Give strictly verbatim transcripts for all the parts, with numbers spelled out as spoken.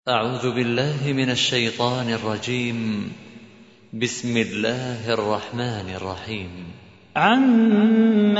أعوذ بالله من الشيطان الرجيم. بسم الله الرحمن الرحيم. عَمَّ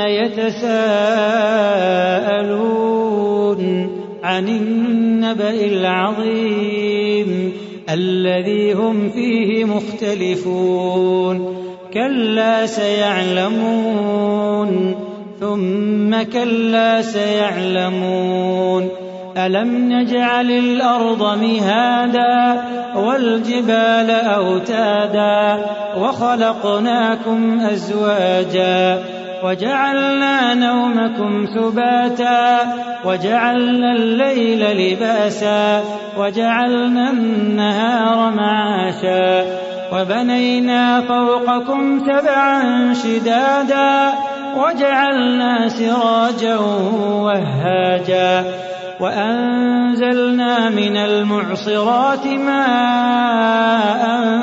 يَتَسَاءَلُونَ عَنِ النَّبَإِ الْعَظِيمِ الَّذِي هُمْ فِيهِ مُخْتَلِفُونَ كَلَّا سَيَعْلَمُونَ ثُمَّ كَلَّا سَيَعْلَمُونَ أَلَمْ نَجْعَلِ الْأَرْضَ مِهَادًا وَالْجِبَالَ أَوْتَادًا وَخَلَقْنَاكُمْ أَزْوَاجًا وَجَعَلْنَا نَوْمَكُمْ سُبَاتًا وَجَعَلْنَا اللَّيْلَ لِبَاسًا وَجَعَلْنَا النَّهَارَ مَعَاشًا وَبَنَيْنَا فَوْقَكُمْ سَبْعًا شِدَادًا وَجَعَلْنَا سِرَاجًا وَهَّاجًا وَأَنزَلْنَا مِنَ الْمُعْصِرَاتِ مَاءً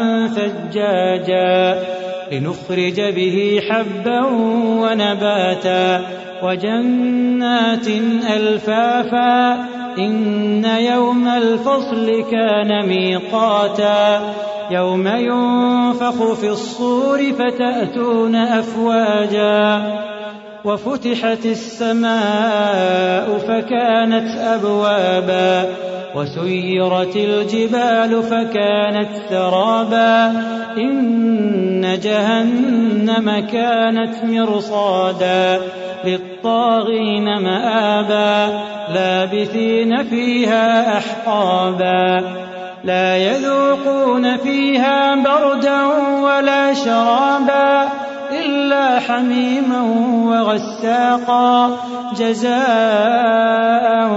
ثَجَّاجًا لِنُخْرِجَ بِهِ حَبًّا وَنَبَاتًا وَجَنَّاتٍ أَلْفَافًا إِنَّ يَوْمَ الْفَصْلِ كَانَ مِيقَاتًا يَوْمَ يُنفَخُ فِي الصُّورِ فَتَأْتُونَ أَفْوَاجًا وَفُتِحَتِ السَّمَاءُ فَكَانَتْ أَبْوَابًا وَسُيِّرَتِ الْجِبَالُ فَكَانَتْ سَرَابًا إِنَّ جَهَنَّمَ كَانَتْ مِرْصَادًا لِلطَّاغِينَ مَآبًا لَابِثِينَ فِيهَا أَحْقَابًا لَا يَذُوقُونَ فِيهَا بَرْدًا وَلَا شَرَابًا إِلَّا حَمِيمًا وَغَسَّاقًا جَزَاءً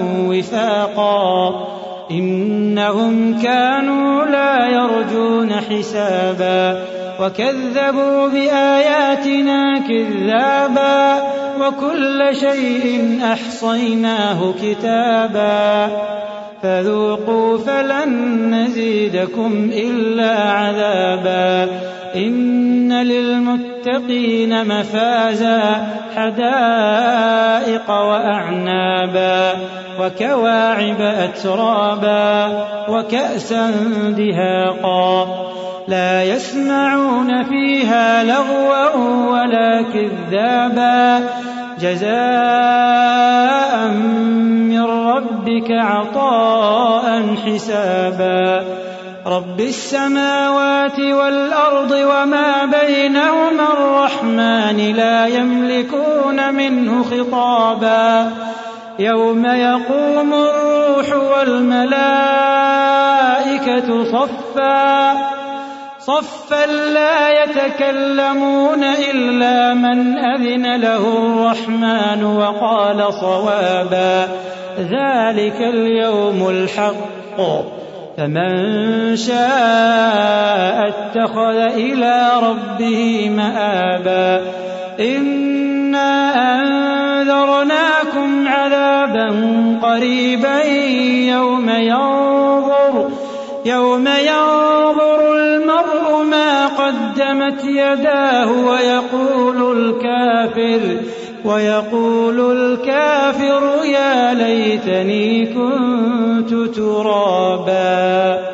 وِفَاقًا إِنَّهُمْ كَانُوا لَا يَرْجُونَ حِسَابًا وَكَذَّبُوا بِآيَاتِنَا كِذَّابًا وَكُلَّ شَيْءٍ أَحْصَيْنَاهُ كِتَابًا فَذُوقُوا فَلَن نَّزِيدَكُمْ إِلَّا عَذَابًا إِنَّ لِلْمُتَّقِينَ مَفَازًا حَدَائِقَ وَأَعْنَابًا وَكَوَاعِبَ أَتْرَابًا وَكَأْسًا دِهَاقًا لَا يَسْمَعُونَ فِيهَا لَغْوًا وَلَا كِذَّابًا جَزَاءً مِّن رَّبِّكَ عَطَاءً حِسَابًا رَبِّ السَّمَاوَاتِ وَالْأَرْضِ وَمَا بَيْنَهُمَا الرَّحْمَٰنِ لَا يَمْلِكُونَ مِنْهُ خِطَابًا يَوْمَ يَقُومُ الرُّوحُ وَالْمَلَائِكَةُ صَفًّا صَفًّا لَّا يَتَكَلَّمُونَ إِلَّا مَنْ أَذِنَ لَهُ الرَّحْمَٰنُ وَقَالَ صَوَابًا ذَٰلِكَ الْيَوْمُ الْحَقُّ فَمَن شَاءَ اتَّخَذَ إِلَىٰ رَبِّهِ مَآبًا إِنَّا أَنذَرْنَاكُمْ عَذَابًا قَرِيبًا يَوْمَ يَنظُرُ يَوْمَ يَنظُرُ الْمَرْءُ مَا قَدَّمَتْ يَدَاهُ وَيَقُولُ الْكَافِرُ وَيَقُولُ الْكَافِرُ يَا لَيْتَنِي كُنتُ تُرَابًا.